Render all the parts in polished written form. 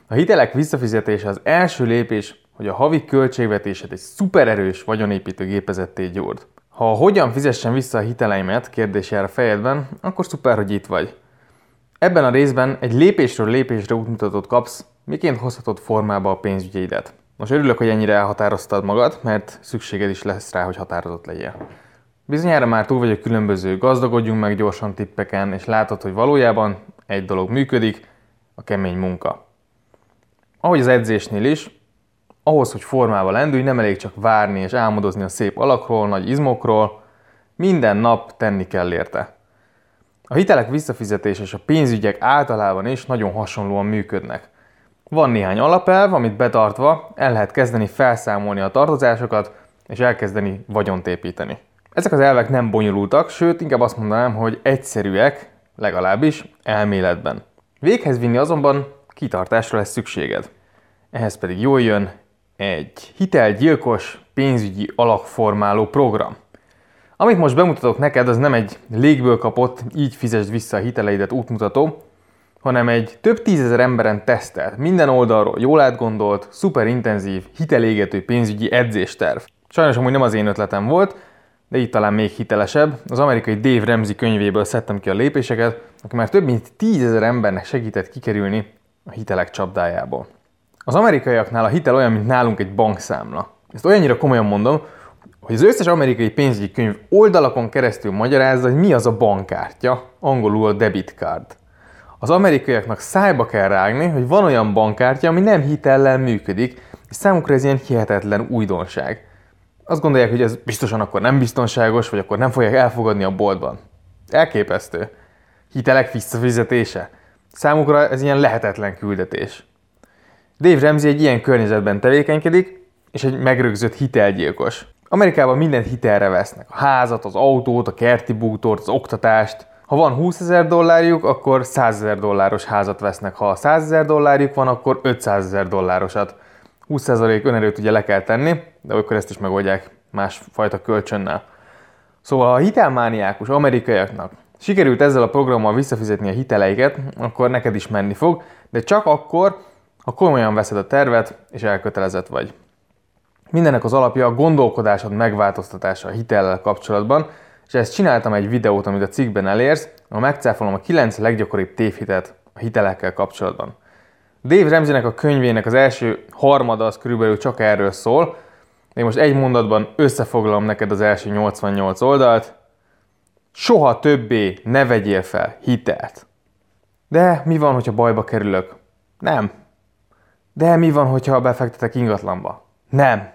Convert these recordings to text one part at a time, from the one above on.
A hitelek visszafizetése az első lépés, hogy a havi költségvetésed egy szupererős vagyonépítő gépezetté gyúrd. Ha hogyan fizessen vissza a hiteleimet kérdés jár a fejedben, akkor szuper, hogy itt vagy. Ebben a részben egy lépésről lépésre útmutatót kapsz, miként hozhatod formába a pénzügyeidet. Most örülök, hogy ennyire elhatároztad magad, mert szükséged is lesz rá, hogy határozott legyél. Bizonyára már túl vagy a különböző gazdagodjunk meg gyorsan tippeken, és látod, hogy valójában egy dolog működik, a kemény munka. Ahogy az edzésnél is, ahhoz, hogy formába lendülj, nem elég csak várni és álmodozni a szép alakról, nagy izmokról, minden nap tenni kell érte. A hitelek visszafizetése és a pénzügyek általában is nagyon hasonlóan működnek. Van néhány alapelv, amit betartva el lehet kezdeni felszámolni a tartozásokat, és elkezdeni vagyont építeni. Ezek az elvek nem bonyolultak, sőt, inkább azt mondanám, hogy egyszerűek, legalábbis elméletben. Véghez vinni azonban kitartásra lesz szükséged. Ehhez pedig jól jön egy hitelgyilkos pénzügyi alakformáló program. Amit most bemutatok neked, az nem egy légből kapott, így fizesd vissza a hiteleidet útmutató, hanem egy több tízezer emberen tesztelt, minden oldalról jól átgondolt, szuperintenzív, hitelégető pénzügyi edzésterv. Sajnos amúgy nem az én ötletem volt, de így talán még hitelesebb. Az amerikai Dave Ramsey könyvéből szedtem ki a lépéseket, aki már több mint 10 000 embernek segített kikerülni a hitelek csapdájából. Az amerikaiaknál a hitel olyan, mint nálunk egy bankszámla. Ezt olyannyira komolyan mondom, hogy az összes amerikai pénzügyi könyv oldalakon keresztül magyarázza, hogy mi az a bankkártya, angolul a debit card. Az amerikaiaknak szájba kell rágni, hogy van olyan bankkártya, ami nem hitellel működik, és számukra ez ilyen hihetetlen újdonság. Azt gondolják, hogy ez biztosan akkor nem biztonságos, vagy akkor nem fogják elfogadni a boltban. Elképesztő. Hitelek visszafizetése. Számukra ez ilyen lehetetlen küldetés. Dave Ramsey egy ilyen környezetben tevékenykedik, és egy megrögzött hitelgyilkos. Amerikában mindent hitelre vesznek. A házat, az autót, a kerti bútort, az oktatást. Ha van $20,000, akkor $100,000 házat vesznek. Ha $100,000 van, akkor $500,000. 20% önerőt ugye le kell tenni, de akkor ezt is megoldják másfajta kölcsönnel. Szóval ha a hitelmániákus amerikaiaknak sikerült ezzel a programmal visszafizetni a hiteleiket, akkor neked is menni fog, de csak akkor, ha komolyan veszed a tervet és elkötelezett vagy. Mindennek az alapja a gondolkodásod megváltoztatása a hitellel kapcsolatban, és ezt csináltam egy videót, amit a cikkben elérsz, ahol megcáfolom a 9 leggyakoribb tévhitet a hitelekkel kapcsolatban. Dave Ramseynek a könyvének az első harmada az körülbelül csak erről szól, de most egy mondatban összefoglalom neked az első 88 oldalt. Soha többé ne vegyél fel hitelt. De mi van, hogyha bajba kerülök? Nem. De mi van, hogyha befektetek ingatlanba? Nem.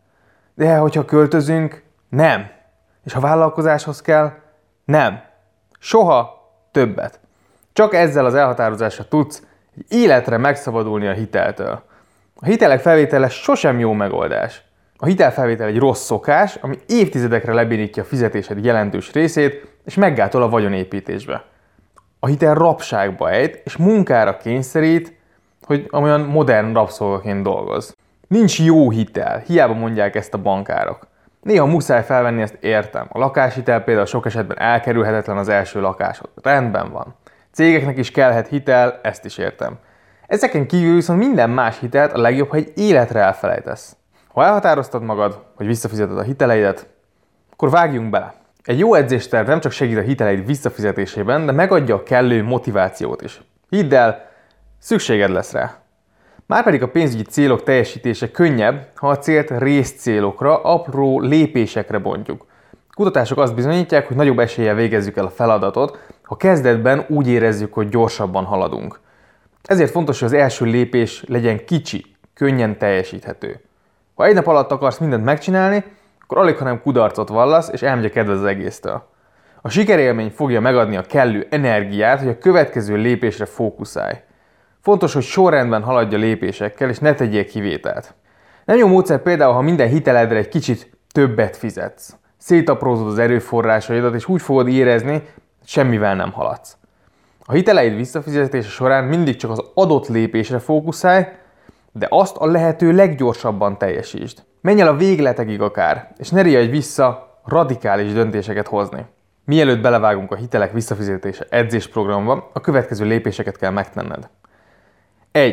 De hogyha költözünk? Nem. És ha vállalkozáshoz kell? Nem. Soha többet. Csak ezzel az elhatározással tudsz egy életre megszabadulni a hiteltől. A hitelek felvétele sosem jó megoldás. A hitelfelvétel egy rossz szokás, ami évtizedekre lebénítja a fizetésed jelentős részét, és meggátol a vagyonépítésbe. A hitel rabságba ejt, és munkára kényszerít, hogy olyan modern rabszolgaként dolgozz. Nincs jó hitel, hiába mondják ezt a bankárok. Néha muszáj felvenni, ezt értem. A lakáshitel például sok esetben elkerülhetetlen az első lakásod. Rendben van. Cégeknek is kellhet hitel, ezt is értem. Ezeken kívül viszont minden más hitelt a legjobb, ha egy életre elfelejtesz. Ha elhatároztad magad, hogy visszafizeted a hiteleidet, akkor vágjunk bele. Egy jó edzésterv nem csak segít a hiteleid visszafizetésében, de megadja a kellő motivációt is. Hidd el, szükséged lesz rá. Márpedig a pénzügyi célok teljesítése könnyebb, ha a célt részcélokra, apró lépésekre bontjuk. Kutatások azt bizonyítják, hogy nagyobb eséllyel végezzük el a feladatot, ha kezdetben úgy érezzük, hogy gyorsabban haladunk. Ezért fontos, hogy az első lépés legyen kicsi, könnyen teljesíthető. Ha egy nap alatt akarsz mindent megcsinálni, akkor alig, hanem kudarcot vallasz, és elmegy a kedved az egésztől. A sikerélmény fogja megadni a kellő energiát, hogy a következő lépésre fókuszálj. Fontos, hogy sorrendben haladj a lépésekkel, és ne tegyél kivételt. Nem jó módszer például, ha minden hiteledre egy kicsit többet fizetsz. Szétaprózod az erőforrásaidat, és úgy fogod érezni, hogy semmivel nem haladsz. A hiteleid visszafizetése során mindig csak az adott lépésre fókuszálj, de azt a lehető leggyorsabban teljesítsd. Menj el a végletekig akár, és ne riadj vissza radikális döntéseket hozni. Mielőtt belevágunk a hitelek visszafizetése edzésprogramba, a következő lépéseket kell megtenned. 1.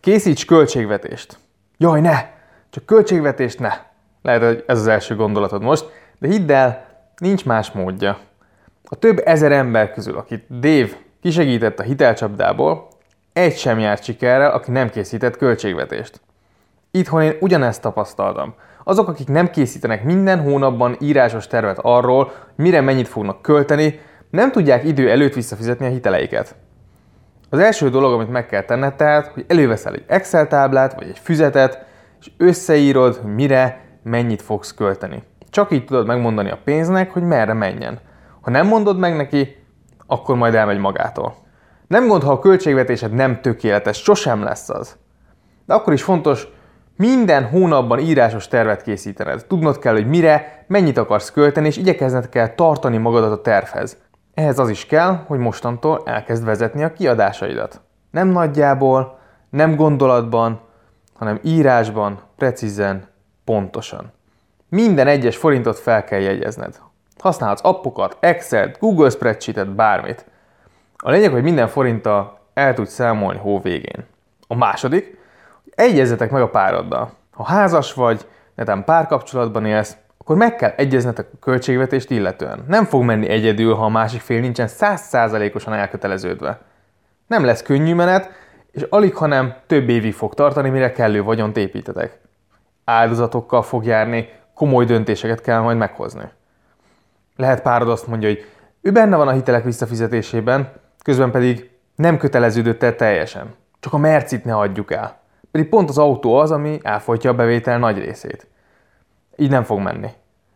Készíts költségvetést. Jaj, ne! Csak költségvetést ne! Lehet, hogy ez az első gondolatod most, de hidd el, nincs más módja. A több ezer ember közül, akit Dave kisegített a hitelcsapdából, egy sem járt sikerrel, aki nem készített költségvetést. Itthon én ugyanezt tapasztaltam. Azok, akik nem készítenek minden hónapban írásos tervet arról, mire mennyit fognak költeni, nem tudják idő előtt visszafizetni a hiteleiket. Az első dolog, amit meg kell tenned tehát, hogy előveszel egy Excel táblát vagy egy füzetet, és összeírod, mire mennyit fogsz költeni. Csak így tudod megmondani a pénznek, hogy merre menjen. Ha nem mondod meg neki, akkor majd elmegy magától. Nem gond, ha a költségvetésed nem tökéletes, sosem lesz az. De akkor is fontos minden hónapban írásos tervet készítened. Tudnod kell, hogy mire, mennyit akarsz költeni, és igyekezned kell tartani magadat a tervhez. Ehhez az is kell, hogy mostantól elkezd vezetni a kiadásaidat. Nem nagyjából, nem gondolatban, hanem írásban, precízen, pontosan. Minden egyes forintot fel kell jegyezned. Használhatsz appokat, Excel-t, Google Spreadsheet-et, bármit. A lényeg, hogy minden forinttal el tudsz számolni hó végén. A második, hogy egyezzetek meg a pároddal. Ha házas vagy, netán párkapcsolatban élsz, akkor meg kell egyeznetek a költségvetést illetően. Nem fog menni egyedül, ha a másik fél nincsen 100%-osan elköteleződve. Nem lesz könnyű menet, és alig, hanem több évig fog tartani, mire kellő vagyont építetek. Áldozatokkal fog járni, komoly döntéseket kell majd meghozni. Lehet párod azt mondja, hogy ő benne van a hitelek visszafizetésében, közben pedig nem köteleződött el teljesen. Csak a mercit ne adjuk el. Pedig pont az autó az, ami elfolytja a bevétel nagy részét. Így nem fog menni.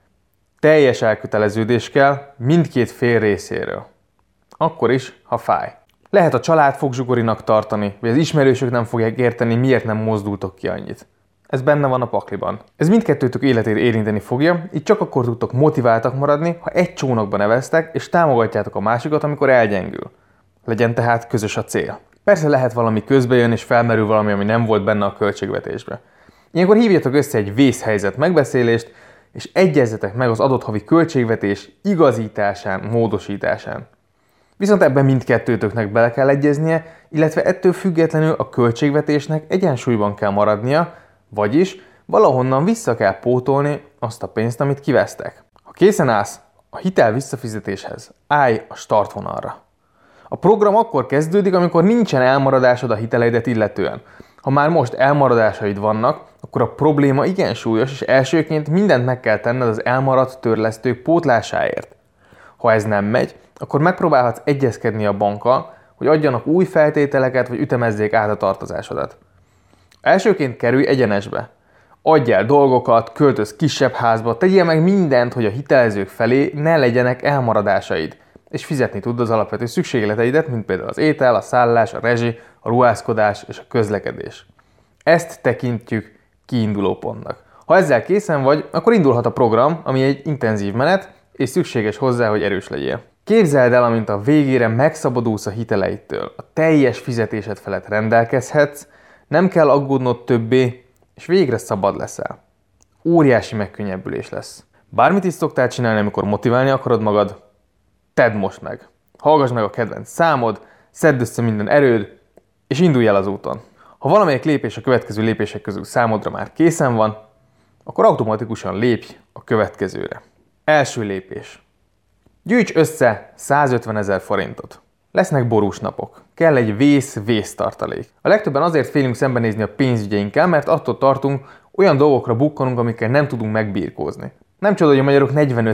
Teljes elköteleződés kell mindkét fél részéről. Akkor is, ha fáj. Lehet a család fogzsugorinak tartani, vagy az ismerősök nem fogják érteni, miért nem mozdultok ki annyit. Ez benne van a pakliban. Ez mindkettőtök életét érinteni fogja, így csak akkor tudtok motiváltak maradni, ha egy csónakban neveztek, és támogatjátok a másikat, amikor elgyengül. Legyen tehát közös a cél. Persze lehet valami közbejön, és felmerül valami, ami nem volt benne a költségvetésbe. Ilyenkor hívjatok össze egy vészhelyzet megbeszélést, és egyezzetek meg az adott havi költségvetés igazításán, módosításán. Viszont ebben mindkettőtöknek bele kell egyeznie, illetve ettől függetlenül a költségvetésnek egyensúlyban kell maradnia, vagyis valahonnan vissza kell pótolni azt a pénzt, amit kivesztek. Ha készen állsz a hitel visszafizetéshez, állj a startvonalra. A program akkor kezdődik, amikor nincsen elmaradásod a hiteleidet illetően. Ha már most elmaradásaid vannak, akkor a probléma igen súlyos, és elsőként mindent meg kell tenned az elmaradt törlesztők pótlásáért. Ha ez nem megy, akkor megpróbálhatsz egyezkedni a bankkal, hogy adjanak új feltételeket, vagy ütemezzék át a tartozásodat. Elsőként kerülj egyenesbe. Adj el dolgokat, költöz kisebb házba, tegyél meg mindent, hogy a hitelezők felé ne legyenek elmaradásaid, és fizetni tudd az alapvető szükségleteidet, mint például az étel, a szállás, a rezsi, a ruházkodás és a közlekedés. Ezt tekintjük kiinduló pontnak. Ha ezzel készen vagy, akkor indulhat a program, ami egy intenzív menet, és szükséges hozzá, hogy erős legyél. Képzeld el, amint a végére megszabadulsz a hiteleidtől, a teljes fizetésed felett rendelkezhetsz, nem kell aggódnod többé, és végre szabad leszel. Óriási megkönnyebbülés lesz. Bármit is szoktál csinálni, amikor motiválni akarod magad, tedd most meg. Hallgass meg a kedvenc számod, szedd össze minden erőd, és indulj el az úton. Ha valamelyik lépés a következő lépések közül számodra már készen van, akkor automatikusan lépj a következőre. Első lépés. Gyűjts össze 150 000 forintot. Lesznek borús napok. Kell egy vésztartalék. A legtöbben azért félünk szembenézni a pénzügyeinkkel, mert attól tartunk, olyan dolgokra bukkanunk, amikkel nem tudunk megbirkózni. Nem csoda, hogy a magyarok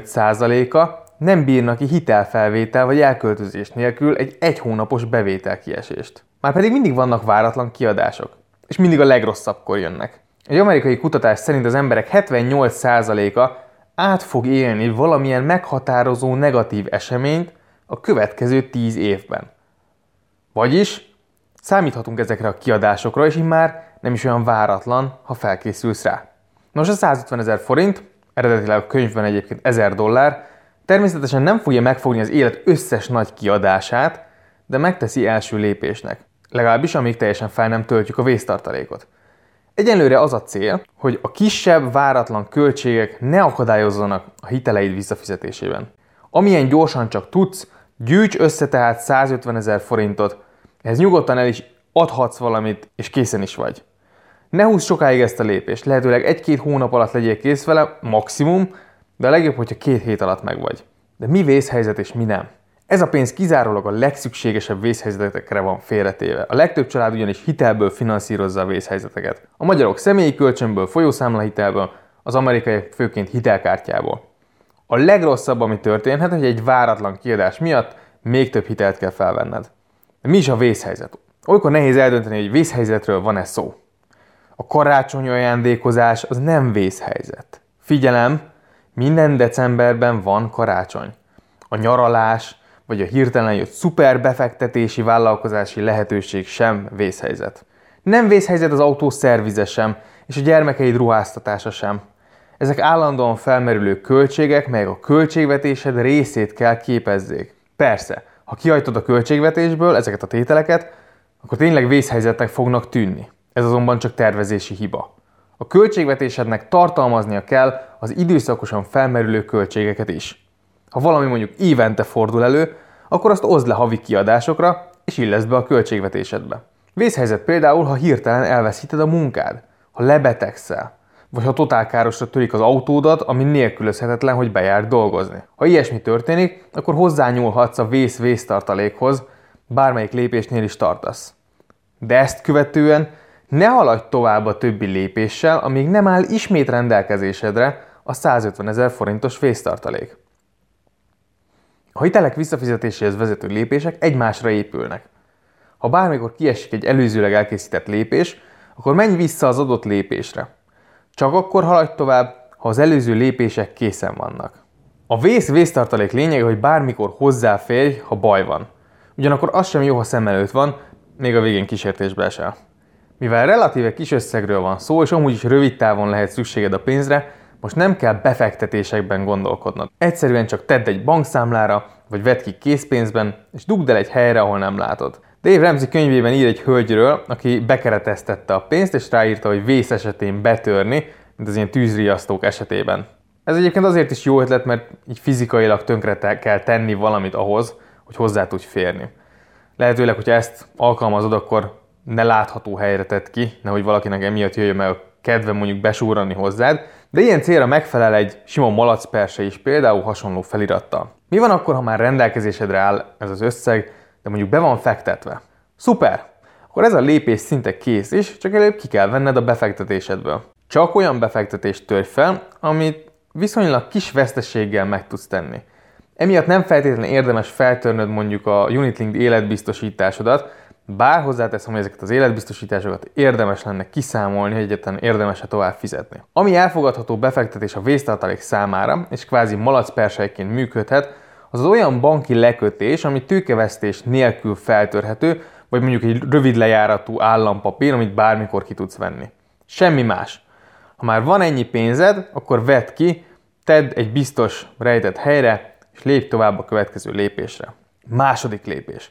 45%-a nem bírnak ki hitelfelvétel vagy elköltözés nélkül egy hónapos bevételkiesést. Márpedig mindig vannak váratlan kiadások, és mindig a legrosszabbkor jönnek. Egy amerikai kutatás szerint az emberek 78%-a át fog élni valamilyen meghatározó negatív eseményt a következő 10 évben. Vagyis számíthatunk ezekre a kiadásokra, és immár nem is olyan váratlan, ha felkészülsz rá. Nos, a 150 000 forint, eredetileg a könyvben egyébként $1000, természetesen nem fogja megfogni az élet összes nagy kiadását, de megteszi első lépésnek. Legalábbis amíg teljesen fel nem töltjük a vésztartalékot. Egyenlőre az a cél, hogy a kisebb, váratlan költségek ne akadályozzanak a hiteleid visszafizetésében. Amilyen gyorsan csak tudsz, gyűjts össze tehát 150 000 forintot, ehhez nyugodtan el is adhatsz valamit, és készen is vagy. Ne húzz sokáig ezt a lépést, lehetőleg 1-2 hónap alatt legyél kész vele, maximum, de a legjobb, hogyha 2 hét alatt megvagy. De mi vészhelyzet és mi nem? Ez a pénz kizárólag a legszükségesebb vészhelyzetekre van félretéve. A legtöbb család ugyanis hitelből finanszírozza a vészhelyzeteket. A magyarok személyi kölcsönből, folyószámlahitelből, az amerikaiak főként hitelkártyából. A legrosszabb, ami történhet, hogy egy váratlan kiadás miatt még több hitelt kell felvenned. De mi is a vészhelyzet? Olykor nehéz eldönteni, hogy vészhelyzetről van-e szó. A karácsonyi ajándékozás az nem vészhelyzet. Figyelem, minden decemberben van karácsony. A nyaralás vagy a hirtelen jött szuper befektetési vállalkozási lehetőség sem vészhelyzet. Nem vészhelyzet az autó szervize sem, és a gyermekeid ruháztatása sem. Ezek állandóan felmerülő költségek, melyek a költségvetésed részét kell képezzék. Persze, ha kihajtod a költségvetésből ezeket a tételeket, akkor tényleg vészhelyzetnek fognak tűnni. Ez azonban csak tervezési hiba. A költségvetésednek tartalmaznia kell az időszakosan felmerülő költségeket is. Ha valami mondjuk évente fordul elő, akkor azt oszd le havi kiadásokra, és illeszd be a költségvetésedbe. Vészhelyzet például, ha hirtelen elveszíted a munkád, ha lebetegszel, vagy ha totálkárosra törik az autódat, ami nélkülözhetetlen, hogy bejárj dolgozni. Ha ilyesmi történik, akkor hozzányúlhatsz a vésztartalékhoz, bármelyik lépésnél is tartasz. De ezt követően ne haladj tovább a többi lépéssel, amíg nem áll ismét rendelkezésedre a 150 000 forintos vésztartalék. A hitelek visszafizetéséhez vezető lépések egymásra épülnek. Ha bármikor kiesik egy előzőleg elkészített lépés, akkor menj vissza az adott lépésre. Csak akkor haladj tovább, ha az előző lépések készen vannak. A vésztartalék lényege, hogy bármikor hozzáférj, ha baj van. Ugyanakkor az sem jó, ha szem előtt van, még a végén kísértésbe esel. Mivel relatíve kis összegről van szó, és amúgy is rövid távon lehet szükséged a pénzre, most nem kell befektetésekben gondolkodnod. Egyszerűen csak tedd egy bankszámlára, vagy vedd ki készpénzben, és dugd el egy helyre, ahol nem látod. Dave Ramsey könyvében ír egy hölgyről, aki bekereteztette a pénzt, és ráírta, hogy vész esetén betörni, mint az ilyen tűzriasztók esetében. Ez egyébként azért is jó ötlet, mert így fizikailag tönkre kell tenni valamit ahhoz, hogy hozzá tudj férni. Lehetőleg, hogyha ezt alkalmazod, akkor ne látható helyre tedd ki, nehogy valakinek emiatt jöjjön meg a kedve mondjuk besúrani hozzád, de ilyen célra megfelel egy sima malacperse is, például hasonló felirattal. Mi van akkor, ha már rendelkezésedre áll ez az összeg, de mondjuk be van fektetve? Szuper! Akkor ez a lépés szinte kész is, csak előbb ki kell venned a befektetésedből. Csak olyan befektetést törj fel, amit viszonylag kis veszteséggel meg tudsz tenni. Emiatt nem feltétlenül érdemes feltörnöd mondjuk a Unit-linked életbiztosításodat, bár hozzáteszem, hogy ezeket az életbiztosításokat érdemes lenne kiszámolni, hogy egyáltalán érdemes-e tovább fizetni. Ami elfogadható befektetés a vésztartalék számára, és kvázi malacperselyként működhet, az olyan banki lekötés, ami tőkevesztés nélkül feltörhető, vagy mondjuk egy rövid lejáratú állampapír, amit bármikor ki tudsz venni. Semmi más. Ha már van ennyi pénzed, akkor vedd ki, tedd egy biztos rejtett helyre, és lépj tovább a következő lépésre. Második lépés.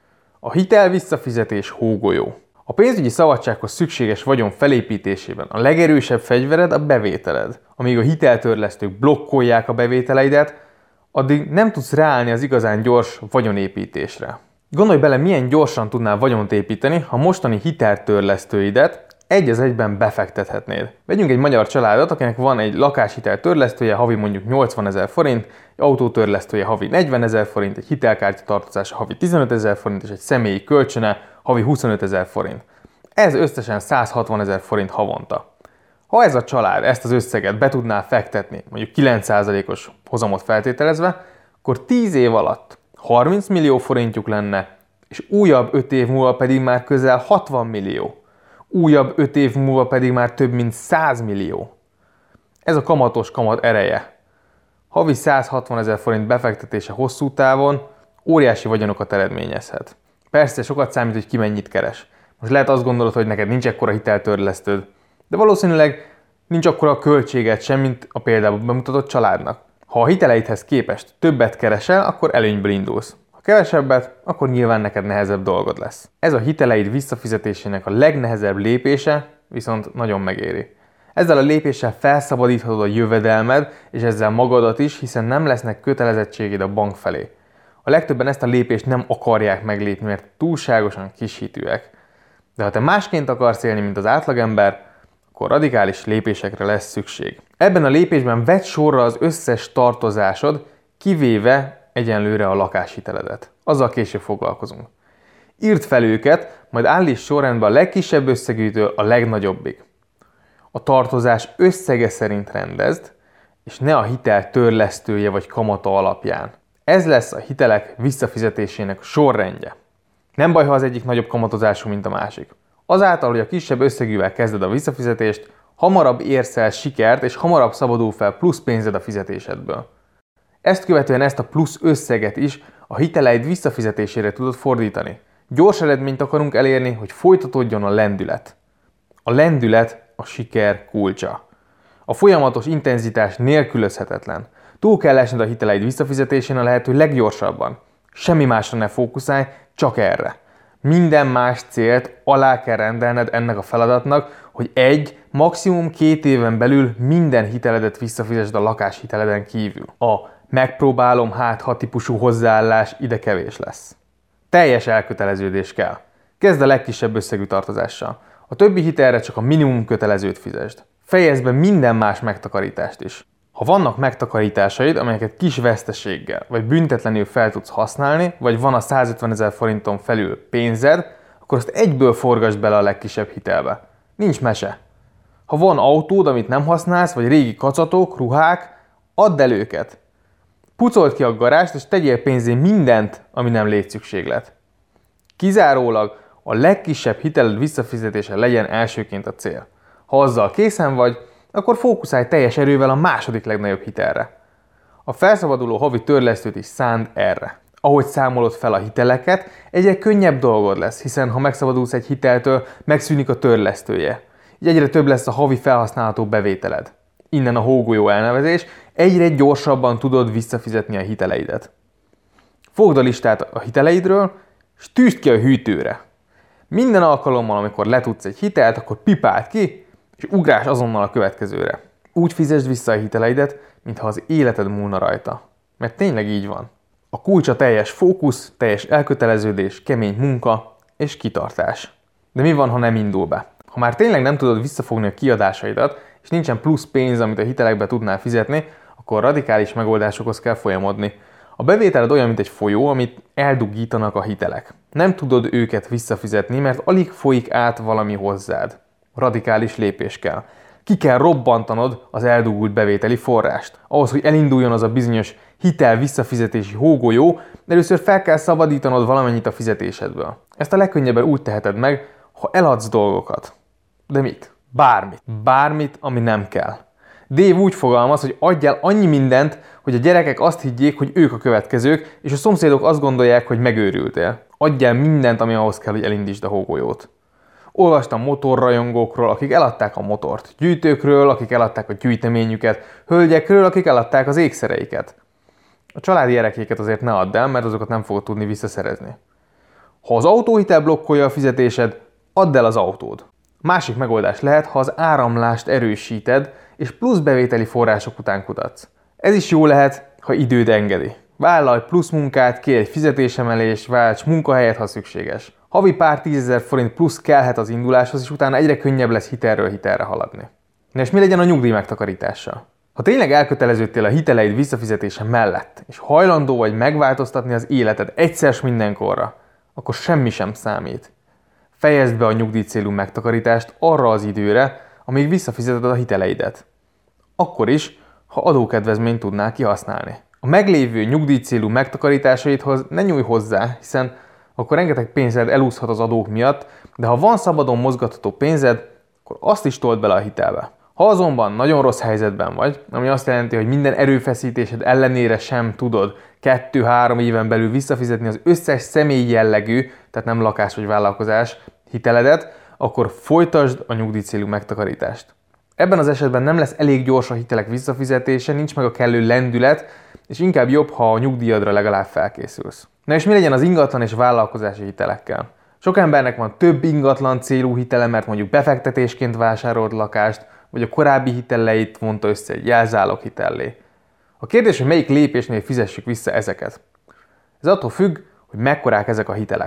A hitel visszafizetés hógolyó. A pénzügyi szabadsághoz szükséges vagyon felépítésében a legerősebb fegyvered a bevételed. Amíg a hiteltörlesztők blokkolják a bevételeidet, addig nem tudsz ráállni az igazán gyors vagyonépítésre. Gondolj bele, milyen gyorsan tudnál vagyont építeni, ha mostani hiteltörlesztőidet egy az egyben befektethetnéd. Vegyünk egy magyar családot, akinek van egy lakáshitel törlesztője, havi mondjuk 80 000 forint, egy autótörlesztője havi 40 000 forint, egy hitelkártya tartozása havi 15 000 forint, és egy személyi kölcsöne havi 25 000 forint. Ez összesen 160 000 forint havonta. Ha ez a család ezt az összeget be tudná fektetni, mondjuk 9%-os hozamot feltételezve, akkor 10 év alatt 30 millió forintjuk lenne, és újabb 5 év múlva pedig már közel 60 millió. Újabb 5 év múlva pedig már több mint 100 millió. Ez a kamatos kamat ereje. Havi 160 000 forint befektetése hosszú távon óriási vagyonokat eredményezhet. Persze sokat számít, hogy ki mennyit keres. Most lehet azt gondolod, hogy neked nincs ekkora hiteltörlesztőd, de valószínűleg nincs akkora a költséged sem, mint a példában bemutatott családnak. Ha a hiteleidhez képest többet keresel, akkor előnyből indulsz. Ha kevesebbet, akkor nyilván neked nehezebb dolgod lesz. Ez a hiteleid visszafizetésének a legnehezebb lépése, viszont nagyon megéri. Ezzel a lépéssel felszabadíthatod a jövedelmed, és ezzel magadat is, hiszen nem lesznek kötelezettséged a bank felé. A legtöbben ezt a lépést nem akarják meglépni, mert túlságosan kishitűek. De ha te másként akarsz élni, mint az átlagember, akkor radikális lépésekre lesz szükség. Ebben a lépésben vedd sorra az összes tartozásod, kivéve egyenlőre a lakáshiteledet. Azzal később foglalkozunk. Írd fel őket, majd állíts sorrendbe a legkisebb összegűtől a legnagyobbig. A tartozás összege szerint rendezd, és ne a hitel törlesztője vagy kamata alapján. Ez lesz a hitelek visszafizetésének sorrendje. Nem baj, ha az egyik nagyobb kamatozású, mint a másik. Azáltal, hogy a kisebb összegűvel kezded a visszafizetést, hamarabb érsz el sikert, és hamarabb szabadul fel plusz pénzed a fizetésedből. Ezt követően ezt a plusz összeget is a hiteleid visszafizetésére tudod fordítani. Gyors eredményt akarunk elérni, hogy folytatódjon a lendület. A lendület a siker kulcsa. A folyamatos intenzitás nélkülözhetetlen. Túl kell esned a hiteleid visszafizetésén a lehető leggyorsabban. Semmi másra ne fókuszálj, csak erre. Minden más célt alá kell rendelned ennek a feladatnak, hogy 1, maximum 2 éven belül minden hiteledet visszafizesd a lakáshiteleden kívül. A megpróbálom ha típusú hozzáállás ide kevés lesz. Teljes elköteleződés kell. Kezd a legkisebb összegű tartozással. A többi hitelre csak a minimum kötelezőt fizesd. Fejezd be minden más megtakarítást is. Ha vannak megtakarításaid, amelyeket kis veszteséggel vagy büntetlenül fel tudsz használni, vagy van a 150 000 forinton felül pénzed, akkor azt egyből forgasd bele a legkisebb hitelbe. Nincs mese. Ha van autód, amit nem használsz, vagy régi kacatok, ruhák, add el őket. Pucold ki a garást, és tegyél pénzé mindent, ami nem létszükséglet. Kizárólag a legkisebb hiteled visszafizetése legyen elsőként a cél. Ha azzal készen vagy, akkor fókuszálj teljes erővel a második legnagyobb hitelre. A felszabaduló havi törlesztőt is szánd erre. Ahogy számolod fel a hiteleket, egyre könnyebb dolgod lesz, hiszen ha megszabadulsz egy hiteltől, megszűnik a törlesztője. Így egyre több lesz a havi felhasználható bevételed. Innen a hógolyó elnevezés, egyre gyorsabban tudod visszafizetni a hiteleidet. Fogd a listát a hiteleidről, és tűzd ki a hűtőre. Minden alkalommal, amikor letudsz egy hitelt, akkor pipáld ki, és ugrás azonnal a következőre. Úgy fizesd vissza a hiteleidet, mintha az életed múlna rajta. Mert tényleg így van. A kulcs a teljes fókusz, teljes elköteleződés, kemény munka és kitartás. De mi van, ha nem indul be? Ha már tényleg nem tudod visszafogni a kiadásaidat, és nincsen plusz pénz, amit a hitelekbe tudnál fizetni, akkor radikális megoldásokhoz kell folyamodni. A bevételed olyan, mint egy folyó, amit eldugítanak a hitelek. Nem tudod őket visszafizetni, mert alig folyik át valami hozzád. Radikális lépés kell. Ki kell robbantanod az eldugult bevételi forrást. Ahhoz, hogy elinduljon az a bizonyos hitel visszafizetési hógolyó, először fel kell szabadítanod valamennyit a fizetésedből. Ezt a legkönnyebben úgy teheted meg, ha eladsz dolgokat. De mit? Bármit. Bármit, ami nem kell. Dave úgy fogalmaz, hogy adjál annyi mindent, hogy a gyerekek azt higgyék, hogy ők a következők, és a szomszédok azt gondolják, hogy megőrültél. Adjál mindent, ami ahhoz kell, hogy elindítsd a hógolyót. Olvastam motorrajongókról, akik eladták a motort, gyűjtőkről, akik eladták a gyűjteményüket, hölgyekről, akik eladták az ékszereiket. A családi erekéket azért ne add el, mert azokat nem fogod tudni visszaszerezni. Ha az autóhitel blokkolja a fizetésed, add el az autód. Másik megoldás lehet, ha az áramlást erősíted, és plusz bevételi források után kutatsz. Ez is jó lehet, ha időd engedi. Vállalj plusz munkát, kérj egy fizetésemelést, válts munkahelyet, ha szükséges. Havi pár 10 000 forint plusz kellhet az induláshoz, és utána egyre könnyebb lesz hitelről hitelre haladni. Na és mi legyen a nyugdíj megtakarítással? Ha tényleg elköteleződtél a hiteleid visszafizetése mellett, és hajlandó vagy megváltoztatni az életed egyszer mindenkorra, akkor semmi sem számít. Fejezd be a nyugdíj célú megtakarítást arra az időre, amíg visszafizeted a hiteleidet. Akkor is, ha adókedvezményt tudnál kihasználni. A meglévő nyugdíj célú megtakarításaidhoz ne nyújj hozzá, hiszen akkor rengeteg pénzed elúszhat az adók miatt, de ha van szabadon mozgatható pénzed, akkor azt is told bele a hitelbe. Ha azonban nagyon rossz helyzetben vagy, ami azt jelenti, hogy minden erőfeszítésed ellenére sem tudod 2-3 éven belül visszafizetni az összes személyi jellegű, tehát nem lakás vagy vállalkozás hiteledet, akkor folytasd a nyugdíjcélú megtakarítást. Ebben az esetben nem lesz elég gyors a hitelek visszafizetése, nincs meg a kellő lendület, és inkább jobb, ha a nyugdíjadra legalább felkészülsz. Na és mi legyen az ingatlan és vállalkozási hitelekkel? Sok embernek van több ingatlan célú hitele, mert mondjuk befektetésként vásárolt lakást, vagy a korábbi hiteleit vonta össze egy jelzálog hitellé. A kérdés, hogy melyik lépésnél fizessük vissza ezeket. Ez attól függ, hogy mekkorák ezek a hitelek.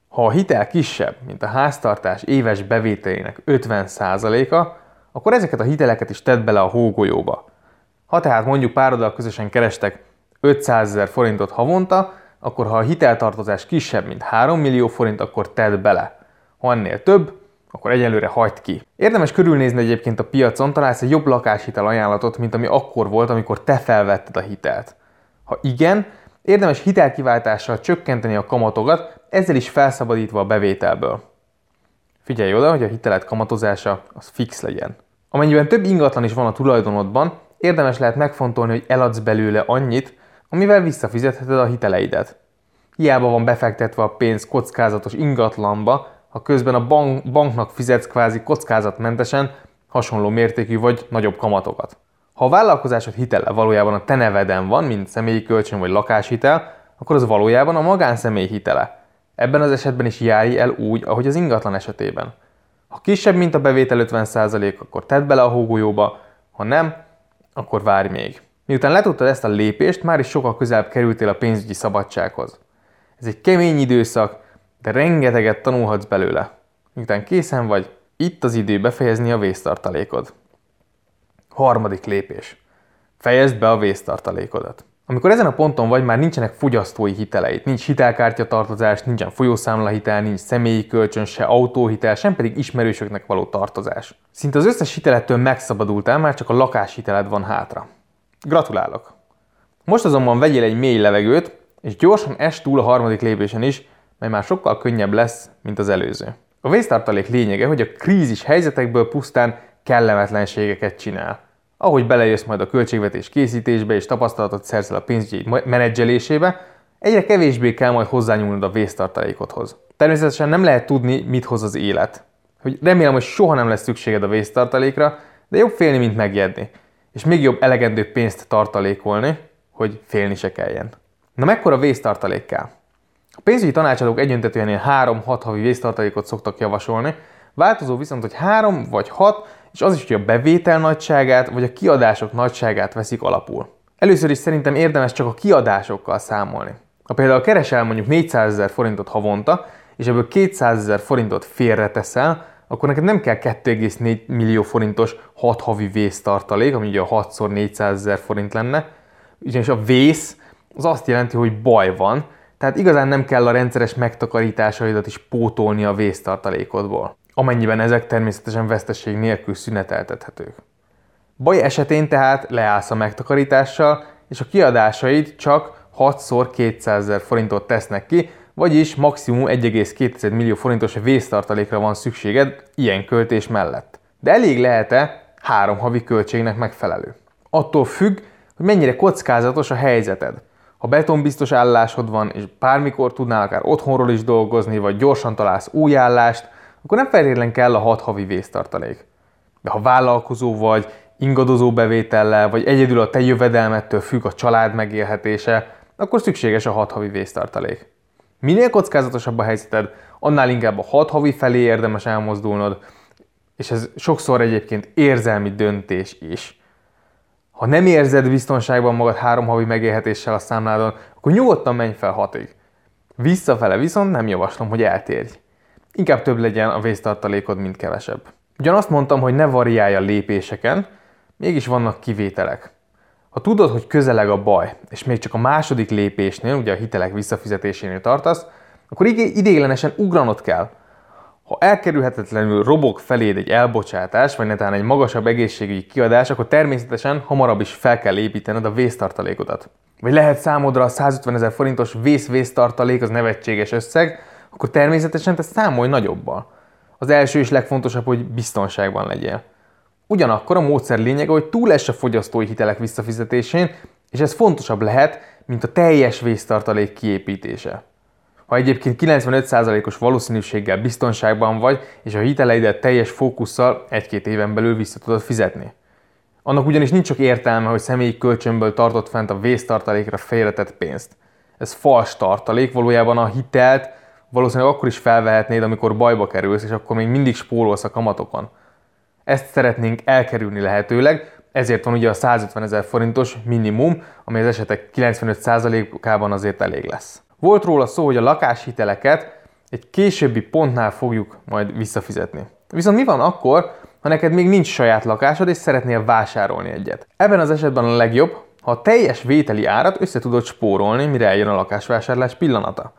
Ha a hitel kisebb, mint a háztartás éves bevételének 50%-a, akkor ezeket a hiteleket is tedd bele a hógolyóba. Ha tehát mondjuk pároddal közösen kerestek 500 000 forintot havonta, akkor ha a hiteltartozás kisebb, mint 3 millió forint, akkor tedd bele. Ha ennél több, akkor egyelőre hagyd ki. Érdemes körülnézni egyébként a piacon, találsz egy jobb lakáshitel ajánlatot, mint ami akkor volt, amikor te felvetted a hitelt. Ha igen, érdemes hitelkiváltással csökkenteni a kamatokat, ezzel is felszabadítva a bevételből. Figyelj oda, hogy a hiteled kamatozása az fix legyen. Amennyiben több ingatlan is van a tulajdonodban, érdemes lehet megfontolni, hogy eladsz belőle annyit, amivel visszafizetheted a hiteleidet. Hiába van befektetve a pénz kockázatos ingatlanba, ha közben a banknak fizetsz kvázi kockázatmentesen hasonló mértékű vagy nagyobb kamatokat. Ha a vállalkozásod hitele valójában a te neveden van, mint személyi kölcsön vagy lakáshitel, akkor az valójában a magánszemély hitele. Ebben az esetben is járj el úgy, ahogy az ingatlan esetében. Ha kisebb, mint a bevétel 50%, akkor tedd bele a hógolyóba, ha nem, akkor várj még. Miután letudtad ezt a lépést, már is sokkal közelebb kerültél a pénzügyi szabadsághoz. Ez egy kemény időszak, de rengeteget tanulhatsz belőle. Miután készen vagy, itt az idő befejezni a vésztartalékod. Harmadik lépés. Fejezd be a vésztartalékodat. Amikor ezen a ponton vagy, már nincsenek fogyasztói hiteleid, nincs hitelkártyatartozás, nincsen folyószámlahitel, nincs személyi kölcsön, se autóhitel, sem pedig ismerősöknek való tartozás. Szinte az összes hitelettől megszabadultál, már csak a lakáshiteled van hátra. Gratulálok! Most azonban vegyél egy mély levegőt, és gyorsan esd túl a harmadik lépésen is, mely már sokkal könnyebb lesz, mint az előző. A vésztartalék lényege, hogy a krízis helyzetekből pusztán kellemetlenségeket csinál. Ahogy belejössz majd a költségvetés készítésbe és tapasztalatot szerzel a pénzügyi menedzselésébe, egyre kevésbé kell majd hozzányúlnod a vésztartalékodhoz. Természetesen nem lehet tudni, mit hoz az élet. Remélem, hogy soha nem lesz szükséged a vésztartalékra, de jobb félni, mint megijedni. És még jobb elegendő pénzt tartalékolni, hogy félni se kelljen. Na mekkora vésztartalék kell? A pénzügyi tanácsadók egyöntetően ilyen 3-6 havi vésztartalékot szoktak javasolni, változó viszont, hogy 3 vagy 6, és az is, hogy a bevétel nagyságát vagy a kiadások nagyságát veszik alapul. Először is szerintem érdemes csak a kiadásokkal számolni. Ha például keresel mondjuk 400 000 forintot havonta, és ebből 200 000 forintot félreteszel, akkor neked nem kell 2,4 millió forintos 6 havi vésztartalék, ami ugye a 6x 400 000 forint lenne, ugyanis a vész az azt jelenti, hogy baj van, tehát igazán nem kell a rendszeres megtakarításaidat is pótolni a vésztartalékodból, amennyiben ezek természetesen veszteség nélkül szüneteltethetők. Baj esetén tehát leállsz a megtakarítással, és a kiadásaid csak 6x 200 000 forintot tesznek ki, vagyis maximum 1,2 millió forintos vésztartalékra van szükséged ilyen költés mellett. De elég lehet-e 3 havi költségnek megfelelő? Attól függ, hogy mennyire kockázatos a helyzeted. Ha betonbiztos állásod van, és bármikor tudnál akár otthonról is dolgozni, vagy gyorsan találsz új állást, akkor nem feltétlenül kell a 6 havi vésztartalék. De ha vállalkozó vagy, ingadozó bevétellel, vagy egyedül a te jövedelmettől függ a család megélhetése, akkor szükséges a 6 havi vésztartalék. Minél kockázatosabb a helyzeted, annál inkább a 6 havi felé érdemes elmozdulnod, és ez sokszor egyébként érzelmi döntés is. Ha nem érzed biztonságban magad 3 havi megélhetéssel a számládon, akkor nyugodtan menj fel 6-ig. Visszafele viszont nem javaslom, hogy eltérj. Inkább több legyen a vésztartalékod, mint kevesebb. Ugyan azt mondtam, hogy ne variálj a lépéseken, mégis vannak kivételek. Ha tudod, hogy közeleg a baj, és még csak a második lépésnél, ugye a hitelek visszafizetésénél tartasz, akkor ideiglenesen ugranod kell. Ha elkerülhetetlenül robog feléd egy elbocsátás, vagy netán egy magasabb egészségügyi kiadás, akkor természetesen hamarabb is fel kell építened a vésztartalékodat. Vagy lehet számodra a 150 000 forintos vésztartalék az nevetséges összeg, akkor természetesen te számolj nagyobbal. Az első és legfontosabb, hogy biztonságban legyél. Ugyanakkor a módszer lényege, hogy túless a fogyasztói hitelek visszafizetésén, és ez fontosabb lehet, mint a teljes vésztartalék kiépítése. Ha egyébként 95%-os valószínűséggel biztonságban vagy, és a hiteleidet teljes fókusszal 1-2 éven belül vissza tudod fizetni. Annak ugyanis nincs sok értelme, hogy személyi kölcsönből tartott fent a vésztartalékra félretett pénzt. Ez fals tartalék, valójában a hitelt valószínűleg akkor is felvehetnéd, amikor bajba kerülsz, és akkor még mindig spórolsz a kamatokon. Ezt szeretnénk elkerülni lehetőleg, ezért van ugye a 150 000 forintos minimum, ami az esetek 95%-ában azért elég lesz. Volt róla szó, hogy a lakáshiteleket Egy későbbi pontnál fogjuk majd visszafizetni. Viszont mi van akkor, ha neked még nincs saját lakásod és szeretnél vásárolni egyet? Ebben az esetben a legjobb, ha a teljes vételi árat össze tudod spórolni, mire eljön a lakásvásárlás pillanata.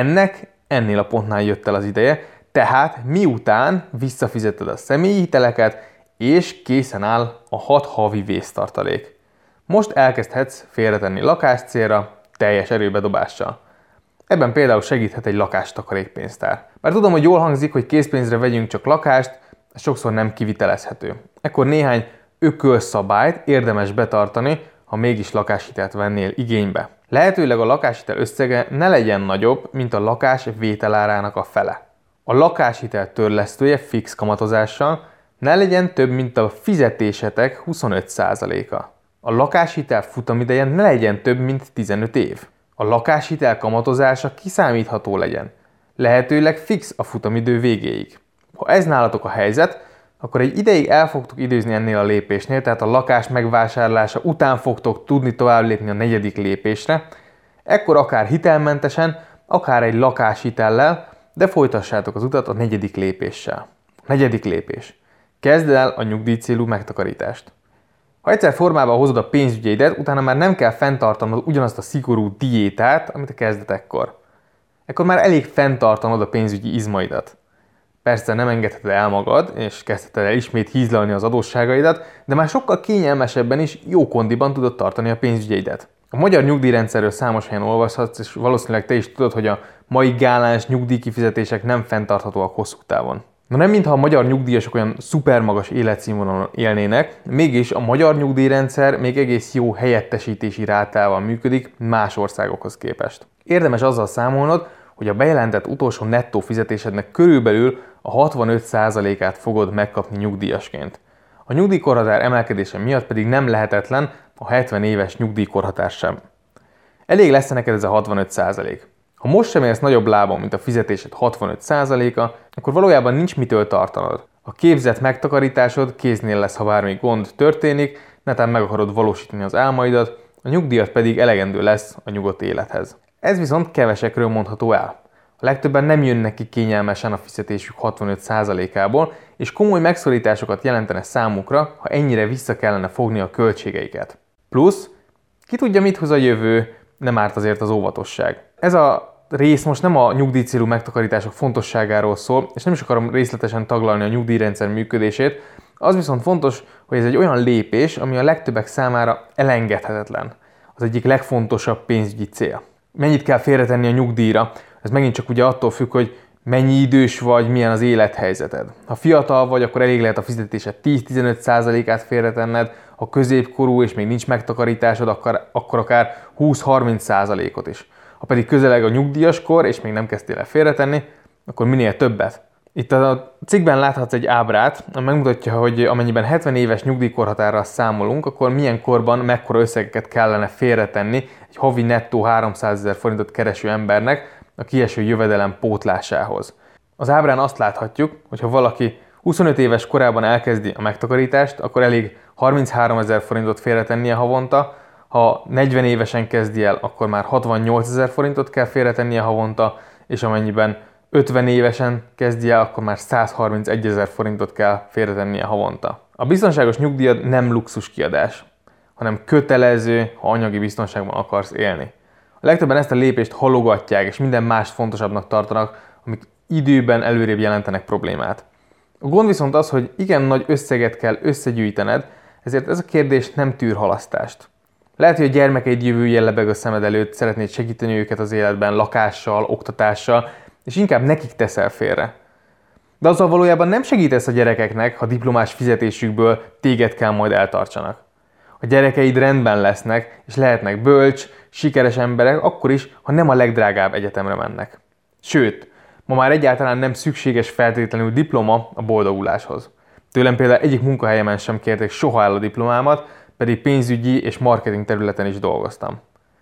Ennél a pontnál jött el az ideje, tehát miután visszafizeted a személyi hiteleket, és készen áll a 6 havi vésztartalék. Most elkezdhetsz félretenni lakáscélra teljes erőbedobással. Ebben például segíthet egy lakástakarékpénztár. Bár tudom, hogy jól hangzik, hogy készpénzre vegyünk csak lakást, ez sokszor nem kivitelezhető. Ekkor néhány ökölszabályt érdemes betartani, ha mégis lakáshitelt vennél igénybe. Lehetőleg a lakáshitel összege ne legyen nagyobb, mint a lakás vételárának a fele. A lakáshitel törlesztője fix kamatozással ne legyen több, mint a fizetésetek 25%-a. A lakáshitel futamideje ne legyen több, mint 15 év. A lakáshitel kamatozása kiszámítható legyen. Lehetőleg fix a futamidő végéig. Ha ez nálatok a helyzet, akkor egy ideig el fogtok időzni ennél a lépésnél, tehát a lakás megvásárlása után fogtok tudni tovább lépni a 4. lépésre, ekkor akár hitelmentesen, akár egy lakáshitellel, de folytassátok az utat a 4. lépéssel. 4. lépés. Kezd el a nyugdíjcélú megtakarítást. Ha egyszer formába hozod a pénzügyeidet, utána már nem kell fenntartanod ugyanazt a szigorú diétát, amit a kezdetekkor. Ekkor már elég fenntartanod a pénzügyi izmaidat. Persze nem engedheted el magad, és kezdheted el ismét hízlalni az adósságaidat, de már sokkal kényelmesebben is jó kondiban tudod tartani a pénzügyeidet. A magyar nyugdíjrendszerről számos helyen olvashatsz, és valószínűleg te is tudod, hogy a mai gáláns nyugdíjkifizetések nem fenntarthatóak hosszú távon. Na nem mintha a magyar nyugdíjasok olyan szupermagas életszínvonalon élnének, mégis a magyar nyugdíjrendszer még egész jó helyettesítési rátával működik más országokhoz képest. Érdemes azzal számolnod, hogy a bejelentett utolsó nettó fizetésednek körülbelül a 65%-át fogod megkapni nyugdíjasként. A nyugdíjkorhatár emelkedése miatt pedig nem lehetetlen a 70 éves nyugdíjkorhatár sem. Elég lesz neked ez a 65%. Ha most sem élsz nagyobb lábon, mint a fizetésed 65%-a, akkor valójában nincs mitől tartanod. A képzett megtakarításod kéznél lesz, ha bármi gond történik, netán meg akarod valósítani az álmaidat, a nyugdíjat pedig elegendő lesz a nyugodt élethez. Ez viszont kevesekről mondható el. A legtöbben nem jönnek ki kényelmesen a fizetésük 65%-ából, és komoly megszorításokat jelentene számukra, ha ennyire vissza kellene fogni a költségeiket. Plusz, ki tudja, mit hoz a jövő, nem árt azért az óvatosság. Ez a rész most nem a nyugdíjcélú megtakarítások fontosságáról szól, és nem is akarom részletesen taglalni a nyugdíjrendszer működését, az viszont fontos, hogy ez egy olyan lépés, ami a legtöbbek számára elengedhetetlen. Az egyik legfontosabb pénzügyi cél. Mennyit kell félretenni a nyugdíjra? Ez megint csak ugye attól függ, hogy mennyi idős vagy, milyen az élethelyzeted. Ha fiatal vagy, akkor elég lehet a fizetésed 10-15%-át félretenned, ha középkorú és még nincs megtakarításod, akkor akár 20-30%-ot is. Ha pedig közeleg a nyugdíjas kor, és még nem kezdtél el félretenni, akkor minél többet. Itt a cikkben láthatsz egy ábrát, ami megmutatja, hogy amennyiben 70 éves nyugdíjkorhatárral számolunk, akkor milyen korban mekkora összegeket kellene félretenni egy havi nettó 300 000 forintot kereső embernek a kieső jövedelem pótlásához. Az ábrán azt láthatjuk, hogy ha valaki 25 éves korában elkezdi a megtakarítást, akkor elég 33 000 forintot félretennie havonta, ha 40 évesen kezdi el, akkor már 68 000 forintot kell félretennie havonta, és amennyiben 50 évesen kezdi el, akkor már 131 000 forintot kell félretennie havonta. A biztonságos nyugdíjad nem luxus kiadás, hanem kötelező, ha anyagi biztonságban akarsz élni. A legtöbben ezt a lépést halogatják, és minden mást fontosabbnak tartanak, amik időben előrébb jelentenek problémát. A gond viszont az, hogy igen nagy összeget kell összegyűjtened, ezért ez a kérdés nem tűr halasztást. Lehet, hogy a gyermekeid jövője lebeg a szemed előtt, szeretnéd segíteni őket az életben, lakással, oktatással, és inkább nekik teszel félre. De azzal valójában nem segítesz a gyerekeknek, ha diplomás fizetésükből téged kell majd eltartsanak. A gyerekeid rendben lesznek, és lehetnek bölcs, sikeres emberek, akkor is, ha nem a legdrágább egyetemre mennek. Sőt, ma már egyáltalán nem szükséges feltétlenül diploma a boldoguláshoz. Tőlem például egyik munkahelyemen sem kérték soha el a diplomámat, pedig pénzügyi és marketing területen is dolgoztam.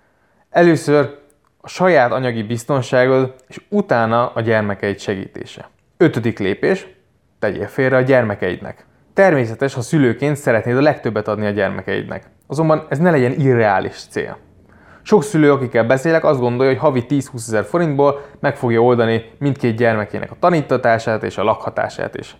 Először a saját anyagi biztonságod, és utána a gyermekeid segítése. 5. lépés, tegyél félre a gyermekeidnek. Természetes, ha szülőként szeretnéd a legtöbbet adni a gyermekeidnek. Azonban ez ne legyen irreális cél. Sok szülő, akikkel beszélek, azt gondolja, hogy havi 10-20 ezer forintból meg fogja oldani mindkét gyermekének a tanítatását és a lakhatását is.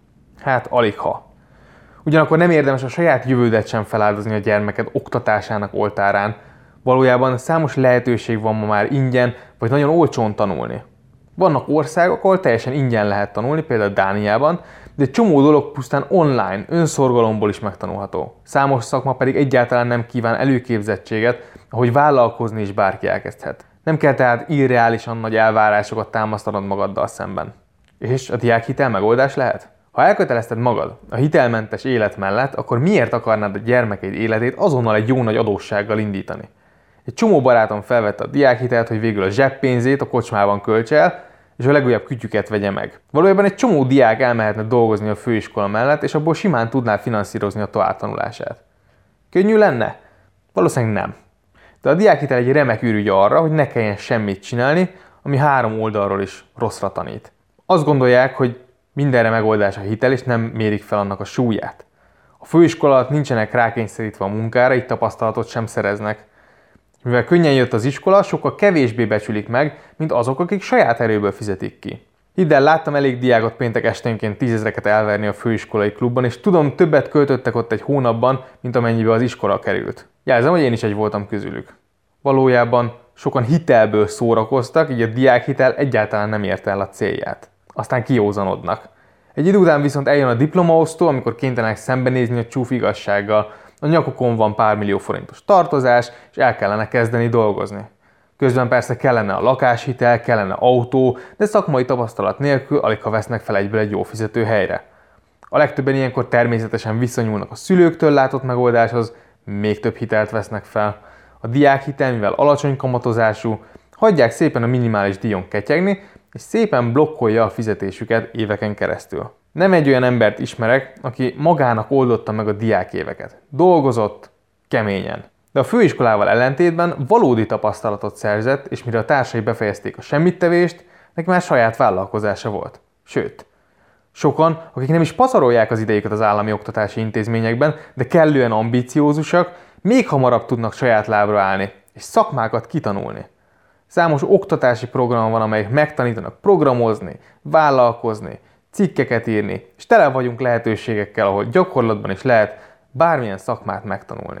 Hát aligha. Ugyanakkor nem érdemes a saját jövődet sem feláldozni a gyermeked oktatásának oltárán. Valójában számos lehetőség van ma már ingyen, vagy nagyon olcsón tanulni. Vannak országok, ahol teljesen ingyen lehet tanulni, például Dániában, de egy csomó dolog pusztán online, önszorgalomból is megtanulható. Számos szakma pedig egyáltalán nem kíván előképzettséget, ahogy vállalkozni is bárki elkezdhet. Nem kell tehát irreálisan nagy elvárásokat támasztanod magaddal szemben. És a diákhitel megoldás lehet? Ha elkötelezted magad a hitelmentes élet mellett, akkor miért akarnád a gyermekeid életét azonnal egy jó nagy adóssággal indítani? Egy csomó barátom felvette a diákhitelt, hogy végül a zseppénzét a kocsmában költse el, és a legújabb kütyüket vegye meg. Valójában egy csomó diák elmehetne dolgozni a főiskola mellett, és abból simán tudná finanszírozni a továbbtanulását. Könnyű lenne? Valószínűleg nem. De a diákhitel egy remek ürügy arra, hogy ne kelljen semmit csinálni, ami három oldalról is rosszra tanít. Azt gondolják, hogy mindenre megoldás a hitel, és nem mérik fel annak a súlyát. A főiskola alatt nincsenek rákényszerítve a munkára, így tapasztalatot sem szereznek. Mivel könnyen jött az iskola, sokkal kevésbé becsülik meg, mint azok, akik saját erőből fizetik ki. Hidd el, láttam elég diákot péntek esténként 10 000-eket elverni a főiskolai klubban, és tudom, többet költöttek ott egy hónapban, mint amennyibe az iskola került. Jelzem, hogy én is egy voltam közülük. Valójában sokan hitelből szórakoztak, így a diákhitel egyáltalán nem érte el a célját. Aztán kiózanodnak. Egy idő után viszont eljön a diplomaosztó, amikor kénytelenek szembenézni a csúf igazsággal. A nyakukon van pár millió forintos tartozás, és el kellene kezdeni dolgozni. Közben persze kellene a lakáshitel, kellene autó, de szakmai tapasztalat nélkül aligha vesznek fel egyből egy jó fizető helyre. A legtöbben ilyenkor természetesen viszonyulnak a szülőktől látott megoldáshoz, még több hitelt vesznek fel. A diákhitel, mivel alacsony kamatozású, hagyják szépen a minimális díjon ketyegni, és szépen blokkolja a fizetésüket éveken keresztül. Nem egy olyan embert ismerek, aki magának oldotta meg a diákéveket. Dolgozott, keményen. De a főiskolával ellentétben valódi tapasztalatot szerzett, és mire a társai befejezték a semmittevést, neki már saját vállalkozása volt. Sőt, sokan, akik nem is pazarolják az idejüket az állami oktatási intézményekben, de kellően ambiciózusak, még hamarabb tudnak saját lábra állni, és szakmákat kitanulni. Számos oktatási program van, amelyek megtanítanak programozni, vállalkozni, cikkeket írni, és tele vagyunk lehetőségekkel, ahol gyakorlatban is lehet bármilyen szakmát megtanulni.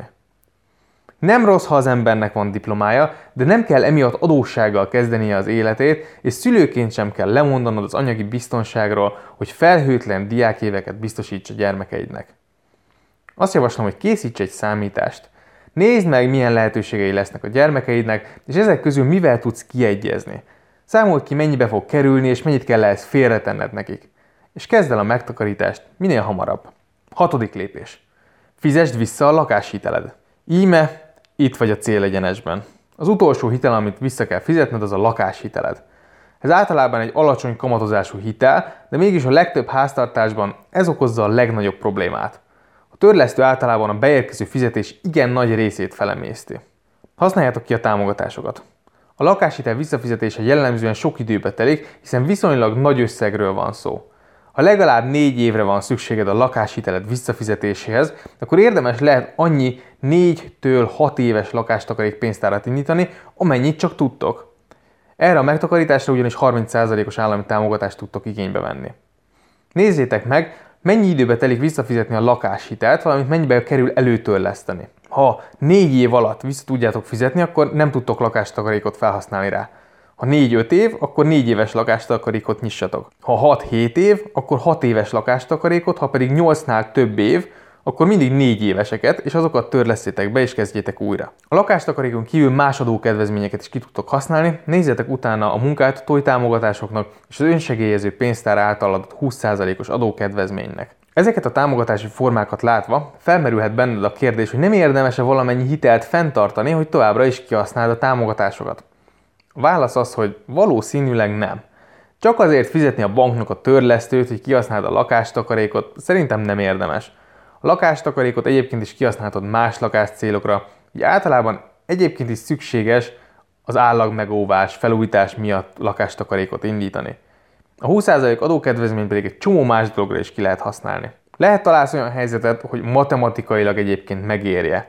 Nem rossz, ha az embernek van diplomája, de nem kell emiatt adóssággal kezdenie az életét, és szülőként sem kell lemondanod az anyagi biztonságról, hogy felhőtlen diákéveket biztosíts a gyermekeidnek. Azt javaslom, hogy készíts egy számítást. Nézd meg, milyen lehetőségei lesznek a gyermekeidnek, és ezek közül mivel tudsz kiegyezni. Számold ki, mennyibe fog kerülni, és mennyit kell ehhez félretenned nekik. És kezd el a megtakarítást minél hamarabb. 6. lépés. Fizesd vissza a lakáshiteled. Íme, itt vagy a célegyenesben. Az utolsó hitel, amit vissza kell fizetned, az a lakáshiteled. Ez általában egy alacsony kamatozású hitel, de mégis a legtöbb háztartásban ez okozza a legnagyobb problémát. A törlesztő általában a beérkező fizetés igen nagy részét felemészti. Használjátok ki a támogatásokat. A lakáshitel visszafizetése jellemzően sok időbe telik, hiszen viszonylag nagy összegről van szó. Ha legalább 4 évre van szükséged a lakáshiteled visszafizetéséhez, akkor érdemes lehet annyi 4-től 6 éves lakástakarék pénztárat indítani, amennyit csak tudtok. Erre a megtakarításra ugyanis 30%-os állami támogatást tudtok igénybe venni. Nézzétek meg, mennyi időbe telik visszafizetni a lakáshitelt, valamint mennyibe kerül előtörleszteni. Ha 4 év alatt vissza tudjátok fizetni, akkor nem tudtok lakástakarékot felhasználni rá. Ha 4-5 év, akkor 4 éves lakástakarékot nyissatok. Ha 6-7 év, akkor 6 éves lakástakarékot, ha pedig 8-nál több év, akkor mindig 4 éveseket, és azokat törlesztétek be és kezdjétek újra. A lakástakarékon kívül más adókedvezményeket is ki tudtok használni, nézzetek utána a munkáltatói támogatásoknak és az önsegélyező pénztár által adott 20%-os adókedvezménynek. Ezeket a támogatási formákat látva felmerülhet benned a kérdés, hogy nem érdemes-e valamennyi hitelt fenntartani, hogy továbbra is kihasználd a támogatásokat. A válasz az, hogy valószínűleg nem. Csak azért fizetni a banknak a törlesztőt, hogy kihasználd a lakástakarékot, szerintem nem érdemes. A lakástakarékot egyébként is kihasználhatod más lakáscélokra, így általában egyébként is szükséges az állagmegóvás, felújítás miatt lakástakarékot indítani. A 20% adókedvezményt pedig egy csomó más dologra is ki lehet használni. Lehet találsz olyan helyzetet, hogy matematikailag egyébként megérje.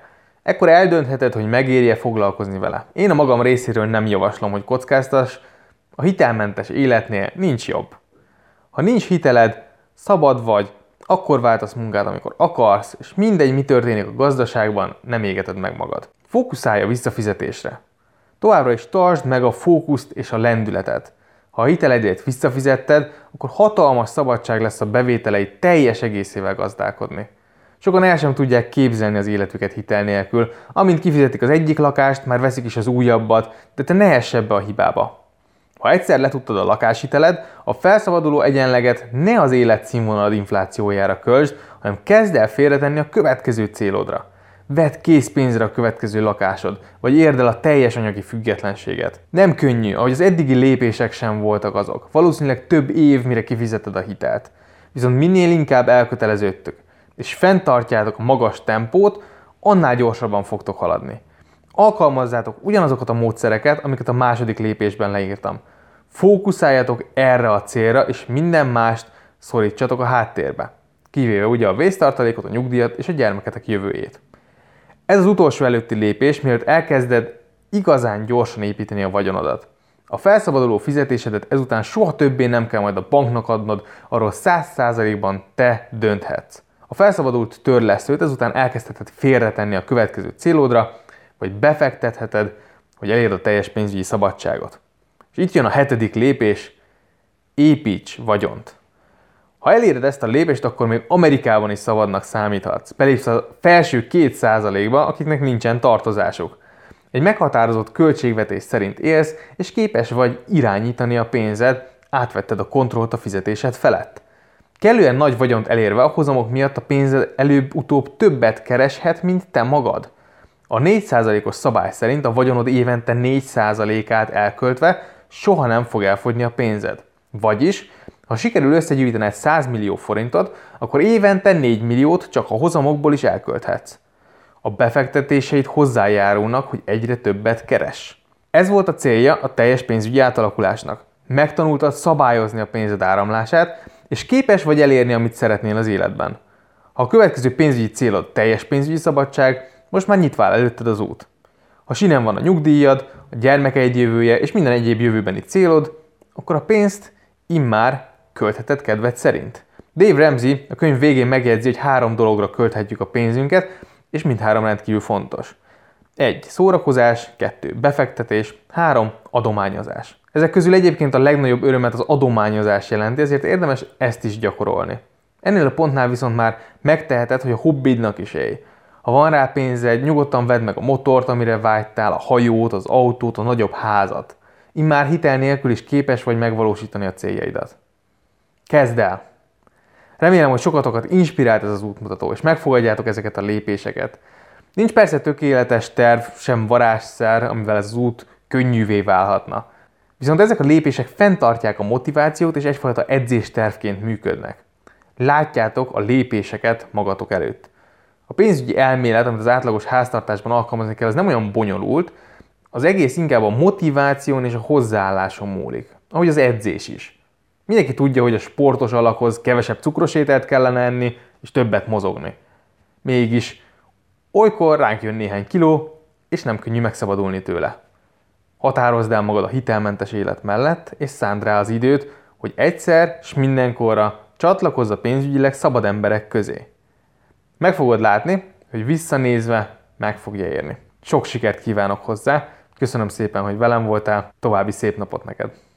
Ekkor eldöntheted, hogy megéri-e foglalkozni vele. Én a magam részéről nem javaslom, hogy kockáztass, a hitelmentes életnél nincs jobb. Ha nincs hiteled, szabad vagy, akkor váltasz munkát, amikor akarsz, és mindegy, mi történik a gazdaságban, nem égeted meg magad. Fókuszálj a visszafizetésre. Továbbra is tartsd meg a fókuszt és a lendületet. Ha a hiteledét visszafizetted, akkor hatalmas szabadság lesz a bevételeid teljes egészével gazdálkodni. Sokan el sem tudják képzelni az életüket hitel nélkül. Amint kifizetik az egyik lakást, már veszik is az újabbat, de te ne ess ebbe a hibába. Ha egyszer letudtad a lakáshiteled, a felszabaduló egyenleget ne az életszínvonalad inflációjára költsd, hanem kezd el félretenni a következő célodra. Vedd készpénzre a következő lakásod, vagy érd el a teljes anyagi függetlenséget. Nem könnyű, ahogy az eddigi lépések sem voltak azok. Valószínűleg több év, mire kifizeted a hitelt. Viszont minél inkább elköteleződtök, és fenntartjátok a magas tempót, annál gyorsabban fogtok haladni. Alkalmazzátok ugyanazokat a módszereket, amiket a második lépésben leírtam. Fókuszáljatok erre a célra, és minden mást szorítsatok a háttérbe. Kivéve ugye a vésztartalékot, a nyugdíjat és a gyermeketek jövőjét. Ez az utolsó előtti lépés, mielőtt elkezded igazán gyorsan építeni a vagyonodat. A felszabaduló fizetésedet ezután soha többé nem kell majd a banknak adnod, arról 100%-ban te dönthetsz. A felszabadult törlesztőt ezután elkezdheted félretenni a következő célodra, vagy befektetheted, hogy elérd a teljes pénzügyi szabadságot. És itt jön a 7. lépés, építs vagyont. Ha eléred ezt a lépést, akkor még Amerikában is szabadnak számíthatsz. Belépsz a felső 2%-ba, akiknek nincsen tartozásuk. Egy meghatározott költségvetés szerint élsz, és képes vagy irányítani a pénzed, átvetted a kontrollt a fizetésed felett. Kellően nagy vagyont elérve a hozamok miatt a pénzed előbb-utóbb többet kereshet, mint te magad. A 4%-os szabály szerint a vagyonod évente 4%-át elköltve soha nem fog elfogyni a pénzed. Vagyis, ha sikerül összegyűjtened 100 millió forintot, akkor évente 4 milliót csak a hozamokból is elkölthetsz. A befektetéseid hozzájárulnak, hogy egyre többet keres. Ez volt a célja a teljes pénzügyi átalakulásnak. Megtanultad szabályozni a pénzed áramlását, és képes vagy elérni, amit szeretnél az életben. Ha a következő pénzügyi célod teljes pénzügyi szabadság, most már nyitva áll előtted az út. Ha sinem van a nyugdíjad, a gyermekeid jövője és minden egyéb jövőbeni célod, akkor a pénzt immár költheted kedved szerint. Dave Ramsey a könyv végén megjegyzi, hogy 3 dologra költhetjük a pénzünket, és mindhárom rendkívül fontos. 1. Szórakozás, 2. Befektetés, 3. Adományozás. Ezek közül egyébként a legnagyobb örömet az adományozás jelenti, ezért érdemes ezt is gyakorolni. Ennél a pontnál viszont már megteheted, hogy a hobbidnak is élj. Ha van rá pénzed, nyugodtan vedd meg a motort, amire vágytál, a hajót, az autót, a nagyobb házat. Immár hitel nélkül is képes vagy megvalósítani a céljaidat. Kezd el! Remélem, hogy sokatokat inspirált ez az útmutató, és megfogadjátok ezeket a lépéseket. Nincs persze tökéletes terv, sem varázsszer, amivel ez az út könnyűvé válhatna. Viszont ezek a lépések fenntartják a motivációt, és egyfajta edzéstervként működnek. Látjátok a lépéseket magatok előtt. A pénzügyi elmélet, amit az átlagos háztartásban alkalmazni kell, az nem olyan bonyolult, az egész inkább a motiváción és a hozzáálláson múlik. Ahogy az edzés is. Mindenki tudja, hogy a sportos alakhoz kevesebb cukros ételt kellene enni, és többet mozogni. Mégis olykor ránk jön néhány kiló, és nem könnyű megszabadulni tőle. Határozd el magad a hitelmentes élet mellett, és szánd rá az időt, hogy egyszer s mindenkorra csatlakozz a pénzügyileg szabad emberek közé. Meg fogod látni, hogy visszanézve meg fogja érni. Sok sikert kívánok hozzá, köszönöm szépen, hogy velem voltál, további szép napot neked!